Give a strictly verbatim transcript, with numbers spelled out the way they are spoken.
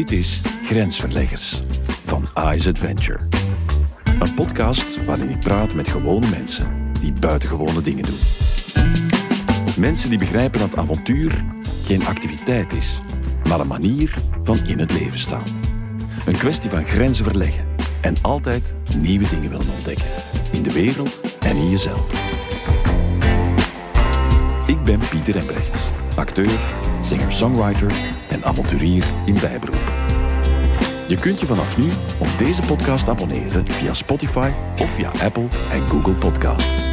Dit is Grensverleggers van Ice Adventure. Een podcast waarin ik praat met gewone mensen die buitengewone dingen doen. Mensen die begrijpen dat avontuur geen activiteit is, maar een manier van in het leven staan. Een kwestie van grenzen verleggen en altijd nieuwe dingen willen ontdekken. In de wereld en in jezelf. Ik ben Pieter Embrechts, acteur, singer-songwriter en avonturier in bijberoep. Je kunt je vanaf nu op deze podcast abonneren via Spotify of via Apple en Google Podcasts.